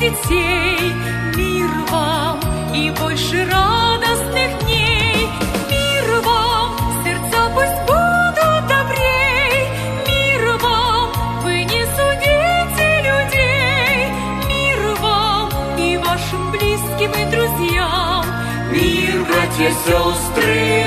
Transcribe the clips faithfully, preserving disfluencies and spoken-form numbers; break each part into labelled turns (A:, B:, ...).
A: детей. Мир вам и больше радостных дней. Мир вам, сердца пусть будут добрей. Мир вам, вы не судите людей. Мир вам и вашим близким и друзьям. Мир, братья, сестры,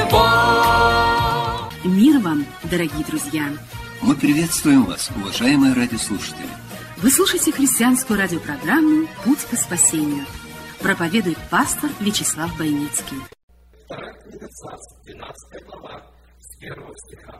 A: вам.
B: Мир вам, дорогие друзья.
C: Мы приветствуем вас, уважаемые радиослушатели.
B: Вы слушаете христианскую радиопрограмму «Путь к спасению». Проповедует пастор Вячеслав Бойницкий.
D: Вторая книга Царств, двенадцатая глава, с первого стиха.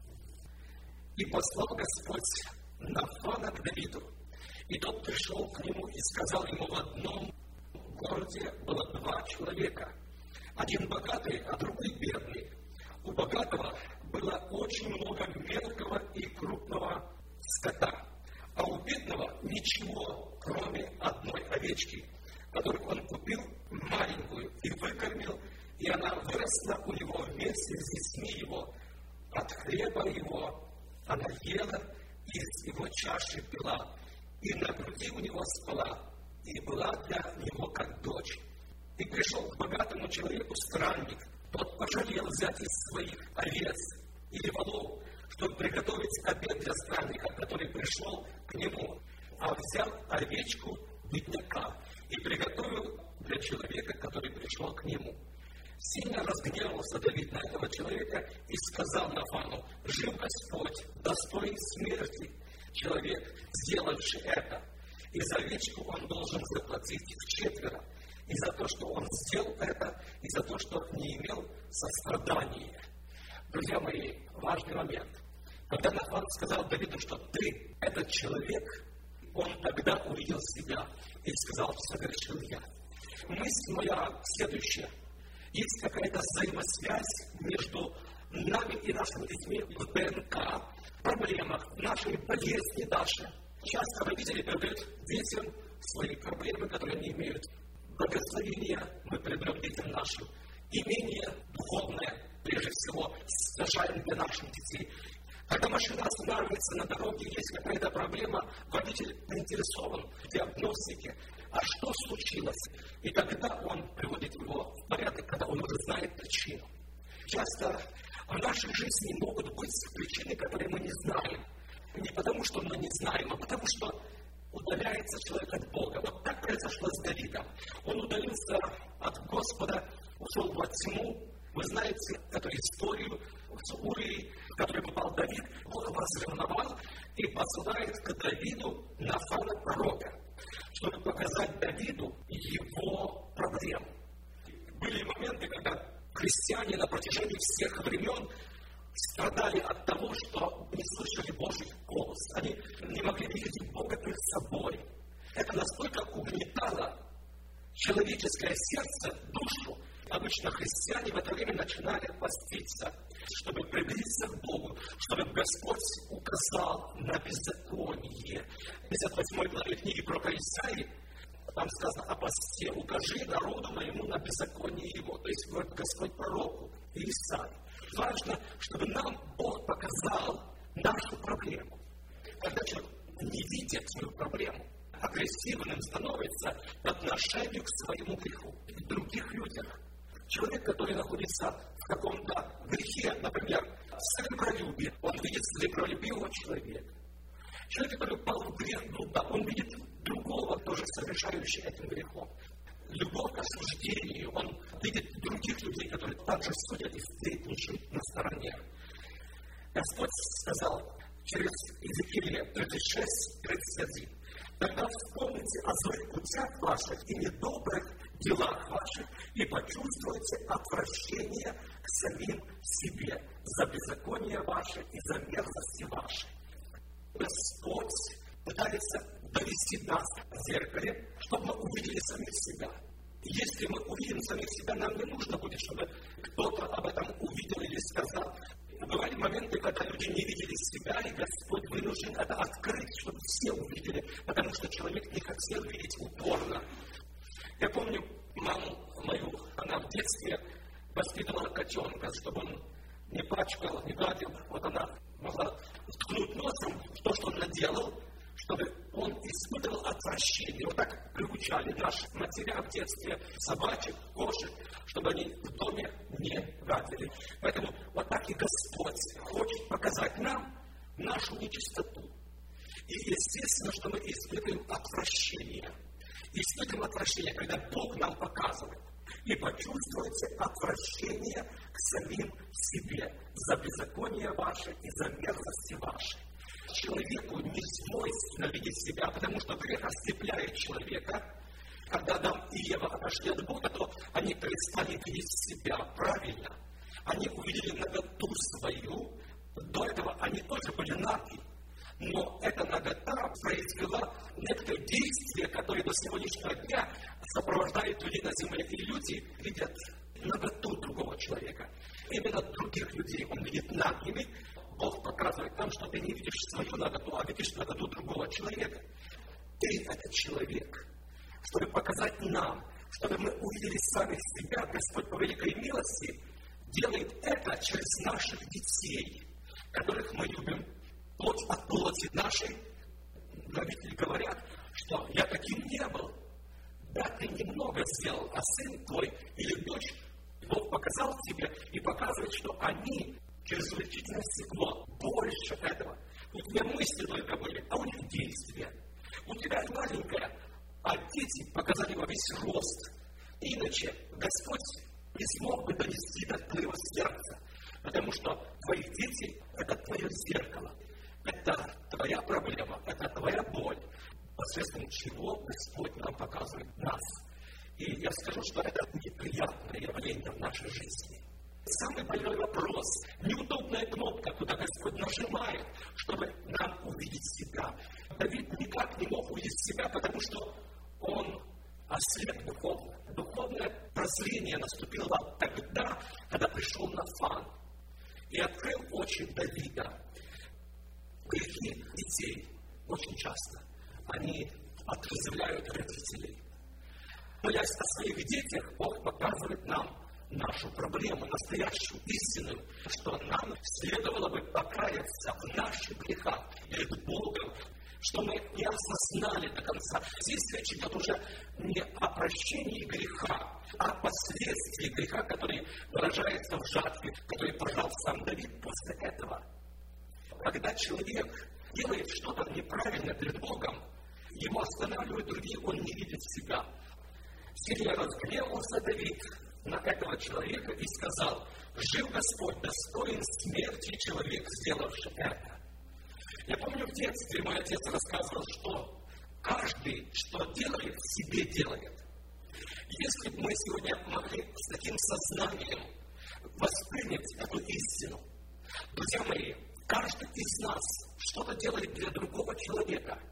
D: «И послал Господь Нафана к Давиду, и тот пришел к нему и сказал ему: в одном городе было два человека, один богатый, а другой бедный. У богатого было очень много мелкого и крупного скота, а у бедного ничего, кроме одной овечки, которую он купил маленькую и выкормил, и она выросла у него вместе с детьми его. От хлеба его она ела, и из его чаши пила, и на груди у него спала, и была для него как дочь. И пришел к богатому человеку странник, тот пожалел взять из своих овец или волов, чтобы приготовить обед для странника, который пришел к нему, а взял овечку бедняка и приготовил для человека, который пришел к нему. Сильно разгневался Давид на этого человека и сказал Нафану: жив Господь, достоин смерти человек, сделавший это. И за овечку он должен заплатить вчетверо, и за то, что он сделал это, и за то, что не имел сострадания. Друзья мои, важный момент. Когда Нафан сказал Давиду, что ты этот человек, он тогда увидел себя и сказал: согрешил я. Мысль моя следующая. Есть какая-то взаимосвязь между нами и нашими детьми в ДНК, проблемах, нашей болезни даже. Часто родители передают детям свои проблемы, которые они имеют. Благословение мы передаем детям нашим. Имение духовное, прежде всего, сажаем для наших детей. Когда машина останавливается на дороге, есть какая-то проблема, водитель заинтересован в диагностике. А что случилось? И тогда он приводит его в порядок, когда он уже знает причину. Часто в нашей жизни могут быть причины, которые мы не знаем. Не потому, что мы не знаем, а потому, что удаляется человек от Бога. Вот так произошло с Давидом. Он удалился от Господа, ушел во тьму. Вы знаете эту историю с Урией, в которой попал Давид. Бог возревновал и посылает к Давиду Нафана пророка, чтобы показать Давиду его проблему. Были моменты, когда христиане на протяжении всех времен страдали от того, что не слышали Божий голос. Они не могли видеть Бога перед собой. Это настолько угнетало человеческое сердце, душу. Обычно христиане в это время начинали поститься, чтобы приблизиться к Богу, чтобы Господь указал на беззаконие. В пятьдесят восьмой главе книги пророка Исаии там сказано: о посте укажи народу моему на беззаконие его. То есть говорит Господь пророку Исаии. Важно, чтобы нам Бог показал нашу проблему. Когда человек не видит свою проблему, агрессивным становится по отношению к своему греху, к других людях. Человек, который находится в каком-то грехе, например, сребролюбие, он видит сребролюбивого человека. Человек, который упал в грех блуда, он видит другого, тоже совершающего этим грехом. Любовь к осуждению, он видит других людей, которые также судят и сплетничают на стороне. Господь сказал через Иезекииля тридцать шесть тридцать один: тогда вспомните о злых путях ваших и недобрых делах ваших, и почувствуйте отвращение к самим себе за беззаконие ваше и за мерзости ваши. Господь пытается довести нас к зеркале, чтобы мы увидели самих себя. Если мы увидим самих себя, нам не нужно будет, чтобы кто-то об этом увидел или сказал. Бывали моменты, когда люди не видели себя, и Господь вынужден это открыть, чтобы все увидели, потому что человек не хотел видеть упорно. Я помню маму мою, она в детстве воспитывала котенка, чтобы он не пачкал, не гадил. Вот она могла ткнуть носом в то, что он наделал, чтобы он испытывал отвращение. Вот так приучали наши матеря в детстве собачек, кошек, чтобы они в доме не гадили. Поэтому вот так и Господь хочет показать нам нашу нечистоту. И естественно, что мы испытываем отвращение. Испытываем отвращение, когда Бог нам показывает. И почувствуете отвращение к самим себе за беззаконие ваше и за мерзости ваши. Человеку не свойственно видеть себя, потому что грех ослепляет человека. Когда Адам и Ева отошли от Бога, то они перестали видеть себя правильно. Они увидели наготу свою. До этого они тоже были наги. Но эта нагота произвела некоторые действия, которые до сегодняшнего дня сопровождают людей на земле. И люди видят наготу другого человека. Именно других людей он видит нагими. Бог показывает нам, что ты не видишь свою наготу, а видишь наготу другого человека. Ты – это человек. Чтобы показать нам, чтобы мы увидели сами себя, Господь по великой милости делает это через наших детей, которых мы любим. Плоть от плоти нашей. Родители говорят, что я таким не был. Да, ты немного сделал, а сын твой или дочь Бог показал тебе и показывает, что они через увеличительное стекло больше этого. У тебя мысли только были, а у них действия. У тебя маленькая, а дети показали во весь рост. Иначе Господь не смог бы донести до твоего сердца, потому что твои дети – это твое зеркало. Это твоя проблема, это твоя боль, посредством чего Господь нам показывает нас. И я скажу, что это неприятное явление в нашей жизни. Самый больной вопрос, неудобная кнопка, куда Господь нажимает, чтобы нам увидеть себя. Давид никак не мог увидеть себя, потому что он ослеп духовно. Духовное прозрение наступило тогда, когда пришел Нафан и открыл очи Давида. Грехи детей очень часто, они отрезвляют родителей. Молясь о своих детях, Бог показывает нам нашу проблему, настоящую истину, что нам следовало бы покаяться в наших грехах перед Богом, что мы не осознали до конца. Здесь речь идет уже не о прощении греха, а о последствии греха, который выражается в жатве, который пожал сам Давид после этого. Когда человек делает что-то неправильно перед Богом, его останавливают другие, он не видит себя. Сильно разгневался Давид на этого человека и сказал: «Жив Господь, достоин смерти человек, сделавший это». Я помню, в детстве мой отец рассказывал, что каждый, что делает, себе делает. Если бы мы сегодня могли с таким сознанием воспринять эту истину, друзья мои, каждый из нас что-то делает для другого человека.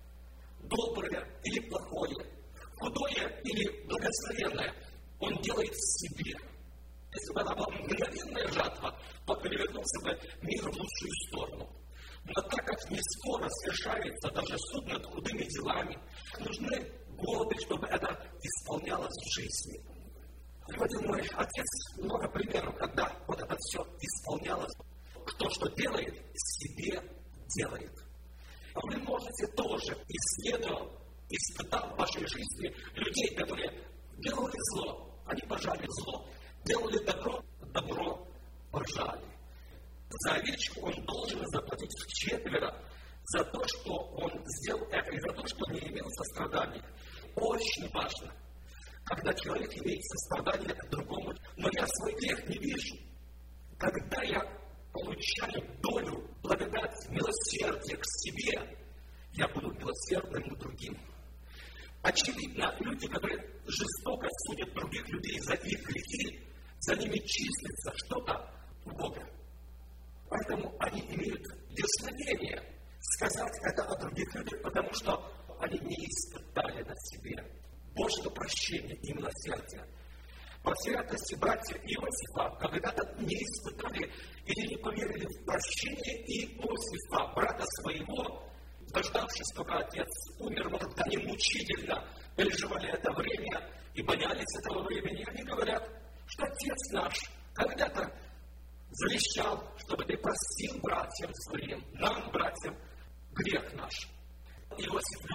D: Доброе или плохое, худое или благословенное, он делает себе. Если бы она была мгновенная жатва, то перевернулся бы мир в лучшую сторону. Но так как не скоро совершается даже суд над худыми делами, нужны годы, чтобы это исполнялось в жизни. Приводил мой отец много примеров, когда вот это все исполнялось. Кто что делает, себе делает. А вы можете тоже, исследуя, испытав в вашей жизни людей, которые делали зло, они пожали зло, делали добро, добро пожали. За овечку он должен заплатить вчетверо за то, что он сделал это, и за то, что не имел сострадания. Очень важно, когда человек имеет сострадание к другому, но я свой грех не вижу. Когда я получаю долю, благодать, милосердие к себе, я буду милосердным к другим. Очевидно, люди, которые жестоко судят других людей за их грехи, за ними числится что-то у Бога. Поэтому они имеют дерзновение сказать это о других людях, потому что они не испытали на себе Божьего прощения и милосердия. По святости братья Иосифа когда-то не испытали или не поверили в прощение Иосифа, брата своего, дождавшись, пока отец умер, может, они мучительно переживали это время и боялись этого времени. Они говорят, что отец наш когда-то завещал, чтобы ты простил братьям своим, нам, братьям, грех наш. Иосиф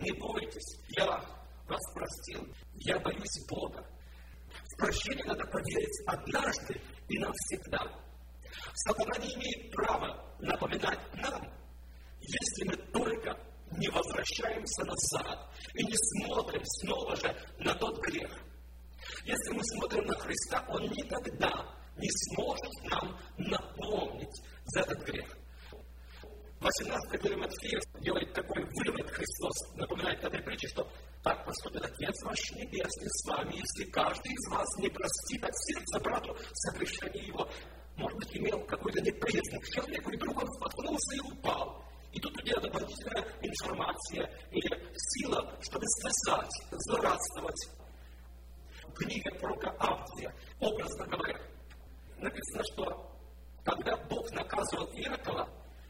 D: не бойтесь, я вас простил, я боюсь Бога. В прощение надо поверить однажды и навсегда. Сатана не имеет права напоминать нам, если мы только не возвращаемся назад и не смотрим снова же на тот грех. Если мы смотрим на Христа, Он никогда не сможет нам напомнить за этот грех. В восемнадцатой главе Матфея делает такой вывод Христос, напоминает этой притче, что так поступит Отец ваш Небесный с вами, если каждый из вас не простит от сердца брату согрешение его. Может быть, имел какой-то неприятный человек, и вдруг он споткнулся и упал. И тут у тебя дополнительная информация или сила, чтобы сказать, злорадствовать. В книге пророка Авдия, образно говоря, написано, что когда Бог наказывал Иакова,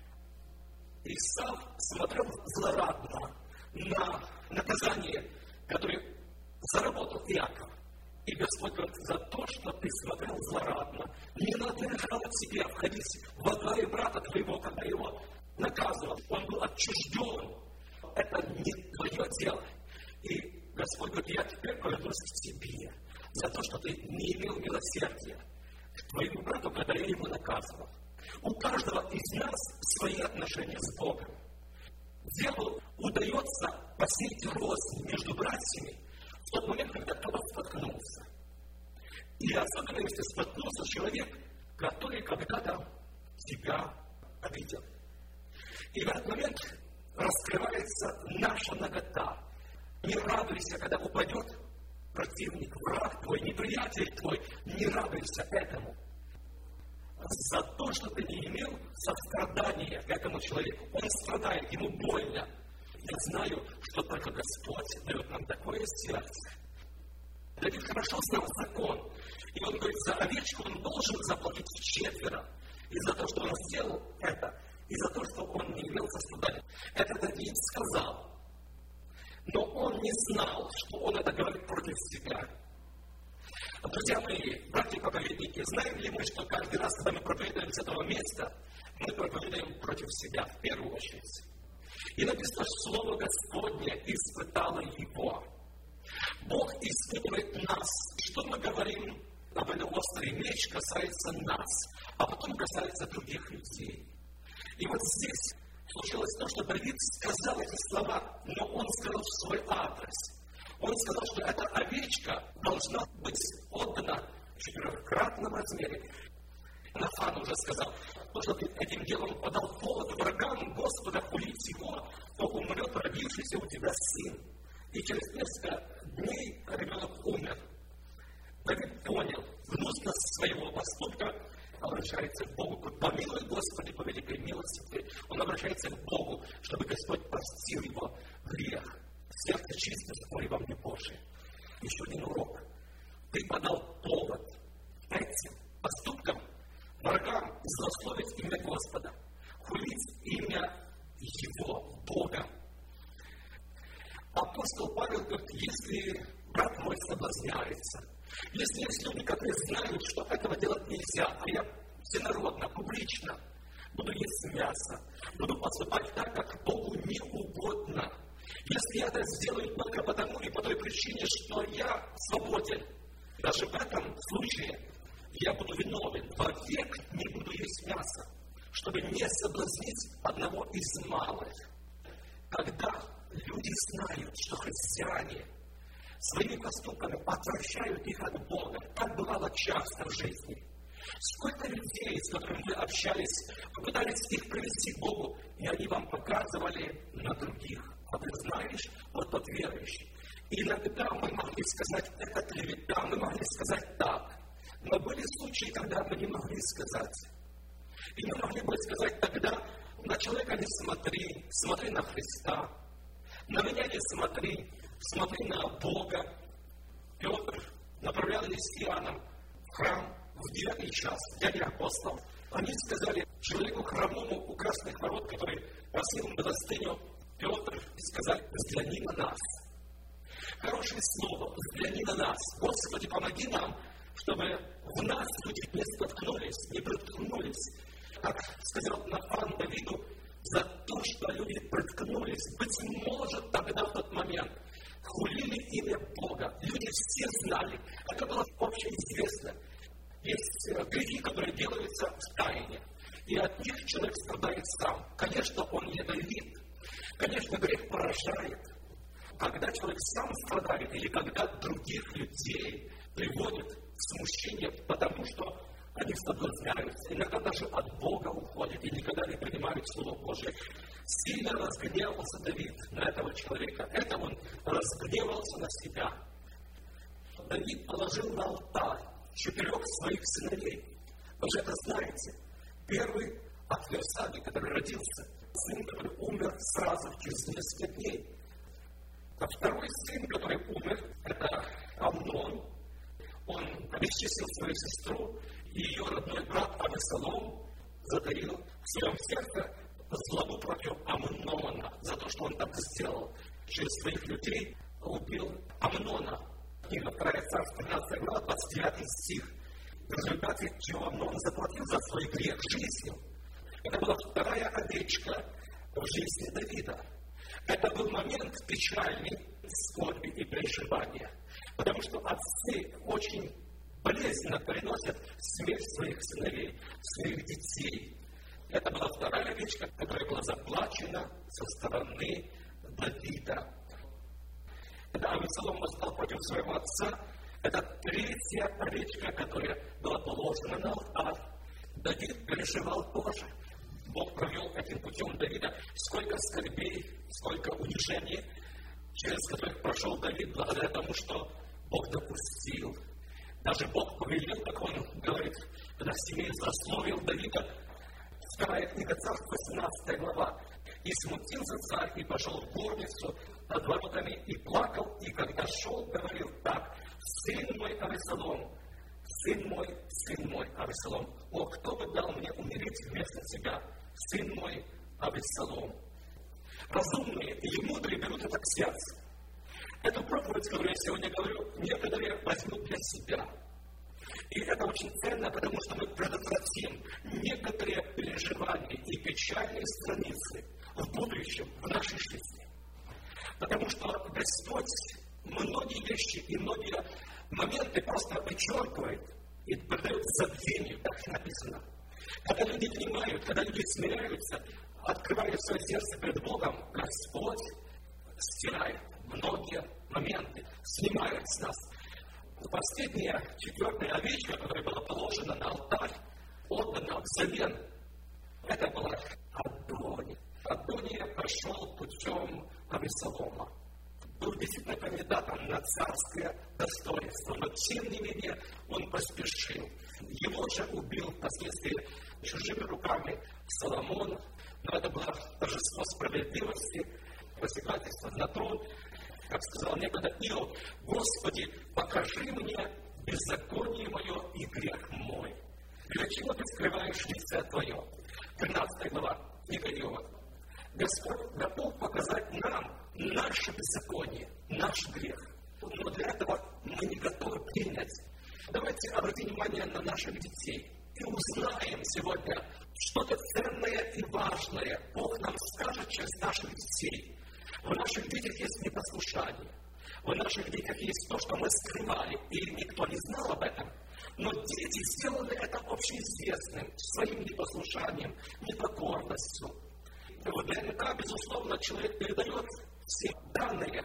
D: Исав смотрел злорадно на наказание, которое заработал Иаков. И Господь говорит, за то, что ты смотрел злорадно, не надлежало тебе входить в отваре брата твоего, когда его наказывал. Он был отчужден. Это не твое дело. И Господь говорит, я теперь повернусь к тебе за то, что ты не имел милосердия к твоему брату, когда я его наказывал. У каждого из нас свои отношения с Богом. Дьяволу удается посеять рознь между братьями в тот момент, когда кто-то споткнулся. И особенно, если споткнулся человек, который когда-то тебя обидел. И в этот момент раскрывается наша нагота. Не радуйся, когда упадет противник, враг твой, неприятель твой. Не радуйся этому. За то, что ты не имел сострадания к этому человеку. Он страдает, ему больно. Я знаю, что только Господь дает нам такое сердце. Давид хорошо знал закон. И он говорит, за овечку он должен заплатить четверо. И за то, что он сделал это, и за то, что он не имел сострадания. Это Давид сказал. Но он не знал, что он это говорит против себя. Друзья мои, братья-проповедники, знаем ли мы, что каждый раз, когда мы проповедуем с этого места, мы проповедуем против себя в первую очередь. И написано, что Слово Господне испытало его. Бог испытывает нас. Что мы говорим об этом острый меч касается нас, а потом касается других людей. И вот здесь случилось то, что Давид сказал эти слова, но он сказал в свой адрес. Он сказал, что эта овечка должна быть отдана в четырехкратном размере. Нафан уже сказал, что ты этим делом подал повод врагам Господа хулить его, то умрет родившийся у тебя сын. И через несколько дней ребенок умер. Давид понял гнусность своего поступка, обращается к Богу, помилуй Господи по великой милости. Он обращается к Богу, чтобы Господь простил его грех. Сердце чистое, твори во мне Божие. Еще один урок. Ты подал повод этим поступкам врагам злословить имя Господа, хулить имя Его, Бога. Апостол Павел говорит, если брат мой соблазняется, если есть люди, которые знают, что этого делать нельзя, а я всенародно, публично буду есть мясо, буду поступать так, как Богу не угодно. Если я это сделаю только потому и по той причине, что я свободен, даже в этом случае я буду виновен, вовек не буду есть мясо, чтобы не соблазнить одного из малых. Когда люди знают, что христиане своими поступками отвращают их от Бога, так бывало часто в жизни. Сколько людей, с которыми вы общались, попытались их привести к Богу, и они вам показывали на других. А ты знаешь, вот тот верующий. И иногда мы могли сказать, это клевета, мы могли сказать так. Но были случаи, когда мы не могли сказать. И мы могли бы сказать тогда, на человека не смотри, смотри на Христа. На меня не смотри, смотри на Бога. Петр направлялись с Иоанном в храм в девятый час, дяде апостолов. Они сказали человеку хромому у красных ворот, который просил милостыню, Петр, сказали, взгляни на нас. Хорошее слово, взгляни на нас. Господи, помоги нам, чтобы в нас люди не споткнулись, не проткнулись. Как сказал Нафан Давиду, за то, что люди приткнулись, быть может, тогда в тот момент хулили имя Бога. Люди все знали, это было общеизвестно. Есть грехи, которые делаются в тайне, и от них человек страдает сам. Конечно, он ядовит. Конечно, грех поражает. Когда человек сам страдает, или когда других людей приводит в смущение, потому что они соблазняются, иногда даже от Бога уходят и никогда не принимают Слово Божие. Сильно разгневался Давид на этого человека. Это он разгневался на себя. Давид положил на алтарь четырех своих сыновей. Вы же это знаете. Первый от Версавии, который родился, сын, который умер сразу через несколько дней. А второй сын, который умер, это Амнон. Он обесчестил свою сестру, и ее родной брат Авесолом затаил в своем сердце злобу против Амнона за то, что он так сделал. Через своих людей убил Амнона. Книга вторая Царств, тринадцатая глава, двадцать девятый стих. В результате чего Амнон заплатил за свой грех жизнью. Это была вторая овечка в жизни Давида. Это был момент печальный, скорби и переживания. Потому что отцы очень болезненно приносят смерть своих сыновей, своих детей. Это была вторая овечка, которая была заплачена со стороны Давида. Когда Авесолом восстал против своего отца, это третья овечка, которая была положена на алтарь. Давид переживал тоже. Бог провел этим путем Давида сколько скорбей, сколько унижений, через которых прошел Давид, благодаря тому, что Бог допустил. Даже Бог повелел, как он говорит, когда Семей злословил Давида. Вторая книга Царств, восемнадцатая глава. «И смутился царь, и пошел в горницу над воротами, и плакал, и когда шел, говорил так: сын мой Авесолом, сын мой, сын мой Авесолом, о, кто бы дал мне умереть вместо тебя, сын мой Авесолом». Разумные или мудрые берут это к сердцу. Эту проповедь, которую я сегодня говорю, некоторые возьмут для себя. И это очень ценно, потому что мы предотвратим некоторые переживания и печальные страницы в будущем, в нашей жизни. Потому что Господь многие вещи и многие моменты просто вычеркивает и придает забвению, так написано. Когда люди понимают, когда люди смиряются, открывают свое сердце перед Богом, Господь стирает многие моменты, снимает с нас. Последняя, четвертая овечка, которая была положена на алтарь, отдана взамен, это была Адония. Адония прошел путем Авесолома. Был действительно кандидатом на царское достоинство, но тем не менее он поспешил. Его же убил впоследствии чужими руками Соломон, но это было торжество справедливости, посягательство на трон. Как сказал некогда Иов: «Господи, покажи мне беззаконие мое и грех мой. Для чего ты скрываешь лице Твое?» тринадцатая глава, книга Иова. Господь готов показать нам наше беззаконие, наш грех. Но для этого мы не готовы принять. Давайте обратим внимание на наших детей и узнаем сегодня что-то ценное и важное. Бог нам скажет через наших детей. В наших детях есть непослушание. В наших детях есть то, что мы скрывали, и никто не знал об этом. Но дети сделали это общеизвестным своим непослушанием, непокорностью. Вот наверняка, безусловно, человек передает все данные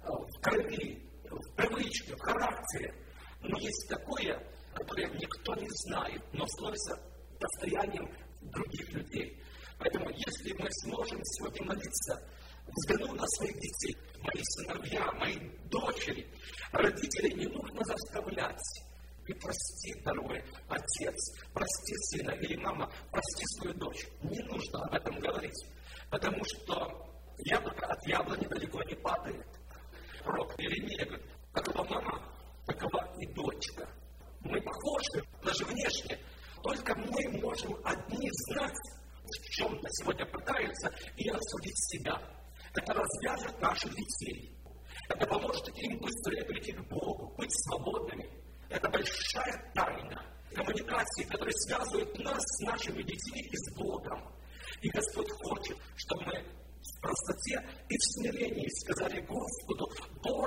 D: в крови, в привычке, в характере. Но есть такое, которое никто не знает, но становится достоянием других людей. Поэтому, если мы сможем сегодня молиться, взглянув на своих детей, мои сыновья, мои дочери, родителей не нужно заставлять. И прости, дорогой отец, прости сына или мама, прости свою дочь. Не нужно об этом говорить, потому что яблоко от яблони далеко не падает. Пророк Иеремия говорит: какова мама, такова и дочка. Мы похожи, даже внешне, только мы можем одни знать, в чем-то сегодня пытаются, и осудить себя. Это развяжет наших детей. Это поможет им быстрее прийти к Богу, быть свободными. Это большая тайна коммуникации, которая связывает нас с нашими детьми и с Богом. И Господь хочет,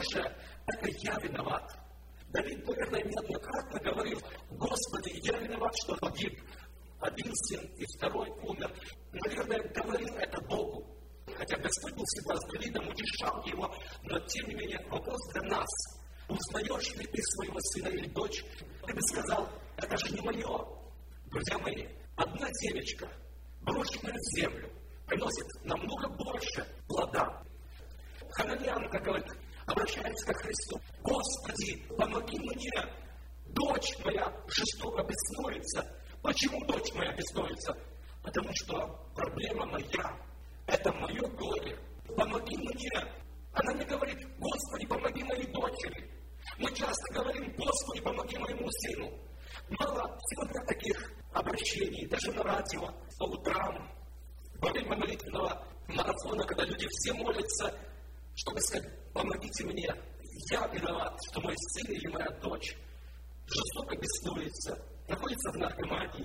D: хорошее, это я виноват. Давид, наверное, неоднократно говорил: Господи, я виноват, что погиб один сын и второй умер. Наверное, говорил это Богу. Хотя Господь был всегда с Давидом, утешал его, но тем не менее вопрос для нас: узнаешь ли ты своего сына или дочь? Ты бы сказал: это же не мое. Друзья мои, одна девочка, брошенная в землю, приносит намного больше плода. Хананянка говорит, обращается ко Христу: Господи, помоги мне, дочь моя жестоко беснуется. Почему дочь моя беснуется? Потому что проблема моя, это мое горе. Помоги мне. Она не говорит: Господи, помоги моей дочери. Мы часто говорим: Господи, помоги моему сыну. Мало сегодня таких обращений, даже на радио, по утрам, во время молитвенного марафона, когда люди все молятся, чтобы сказать: помогите мне, я виноват, что мой сын или моя дочь жестоко беснуется, находится в наркомании.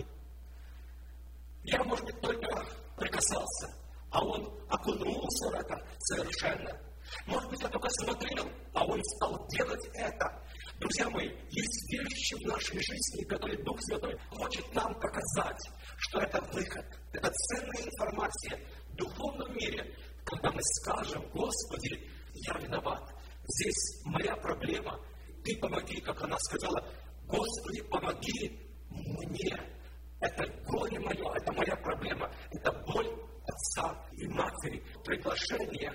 D: Я, может быть, только прикасался, а он окунулся в это совершенно. Может быть, я только смотрел, а он стал делать это. Друзья мои, есть вещи в нашей жизни, которые Дух Святой хочет нам показать, что это выход, это ценная информация в духовном мире, когда мы скажем: Господи, я виноват, здесь моя проблема, Ты помоги, как она сказала: Господи, помоги мне. Это горе мое, это моя проблема, это боль отца и матери. Приглашение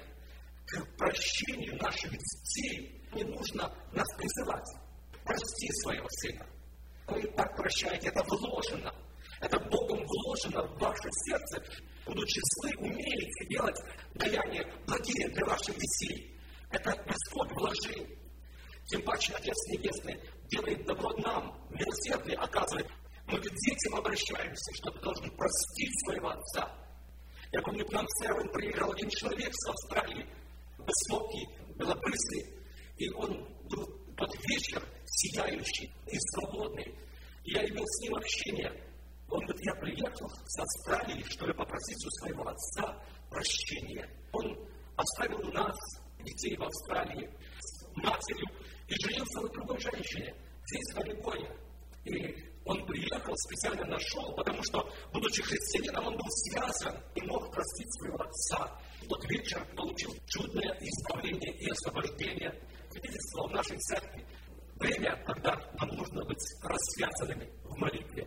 D: к прощению наших детей. Не нужно нас призывать: прости своего сына. Вы так прощаете, это вложено. Это Богом вложено в ваше сердце. Будучи злы, умеете делать даяние благие для ваших детей. Это Господь вложил. Тем паче Отец Небесный делает добро нам, милосердие оказывает. Мы к детям обращаемся, что ты должен простить своего отца. Я помню, к нам в Севен приехал один человек с Австралии, высокий, белобрысый, и он был тот вечер сияющий и свободный. И я имел с ним общение. Он говорит: я приехал с Австралии, чтобы попросить у своего отца прощения. Он оставил нас, детей в Австралии, с матерью, и женился на другой женщине, здесь, в Орегоне. И он приехал, специально нашел, потому что, будучи христианином, он был связан и мог простить своего отца. В тот вечер получил чудное избавление и освобождение. Свидетельство в нашей церкви. Время, когда нам нужно быть рассвязанными в молитве.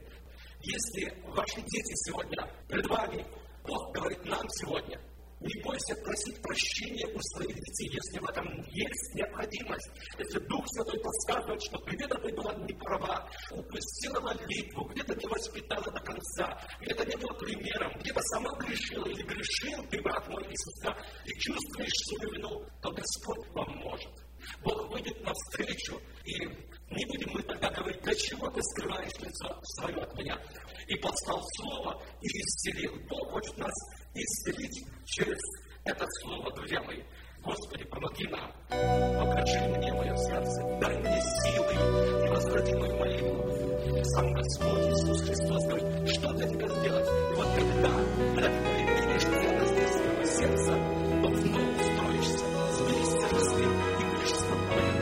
D: Если ваши дети сегодня пред вами, Бог говорит нам сегодня: не бойся просить прощения у своих детей, если в этом есть необходимость. Если Дух Святой подсказывает, что где-то ты была не права, упустила молитву, где-то не воспитала до конца, где-то не был примером, где-то сама грешила или грешил ты, брат мой и сестра, и чувствуешь свою вину, то Господь вам может. Бог выйдет навстречу, и не будем мы тогда говорить: для чего ты скрываешь лицо свое от меня? И послал слово, и исцелил. Бог хочет нас исцелить через это слово, друзья мои. Господи, помоги нам. Покажи мне мое сердце, дай мне силы и возврати мою молитву. Сам Господь Иисус Христос говорит: что для тебя сделать? И вот когда, когда ты переменишь ценности своего сердца, то вновь устроишься, сберись счастлив и будешь спокоен.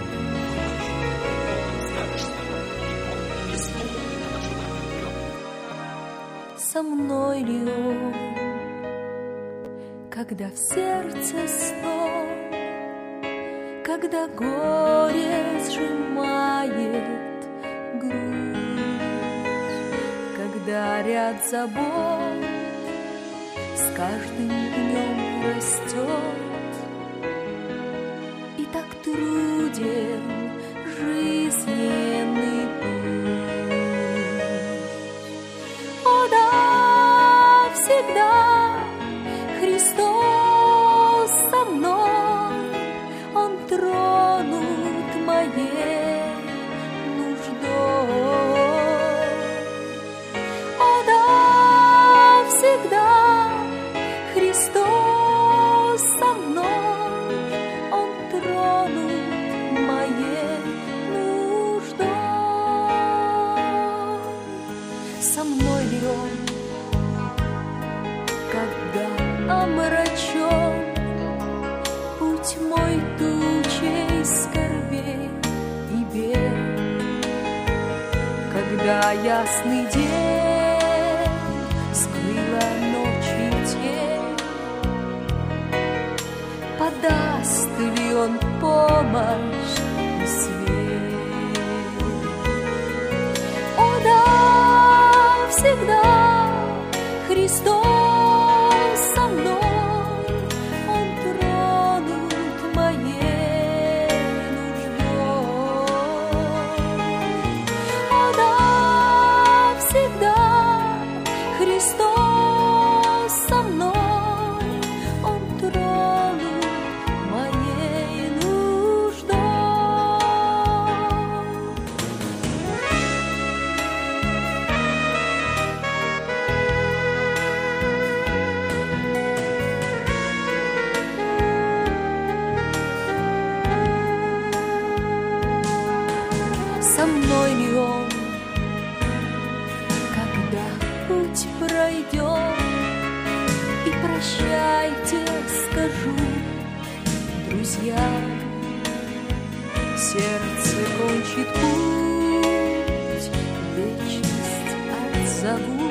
D: Помоги, скажешь слово, и Бог исполнит на нашу молитву.
A: Со мной ли он, когда в сердце снов, когда горе сжимает грудь, когда ряд забот с каждым днем растет, и так труден жизненный путь. О да, всегда Христос со мной, Он тронут моей нуждой. О да, всегда Христос со мной, Он тронут моей за ясный день скрыла ночью тень. Подаст ли он помощь и свет? О, да, всегда Христос со мной, Он тронут моей нуждой. О, да, всегда Христос со мной, Он тронут моей нуждой. Со мной ли Он, когда путь пройдет, и прощайте скажу друзьям, сердце кончит путь, вечность отзову.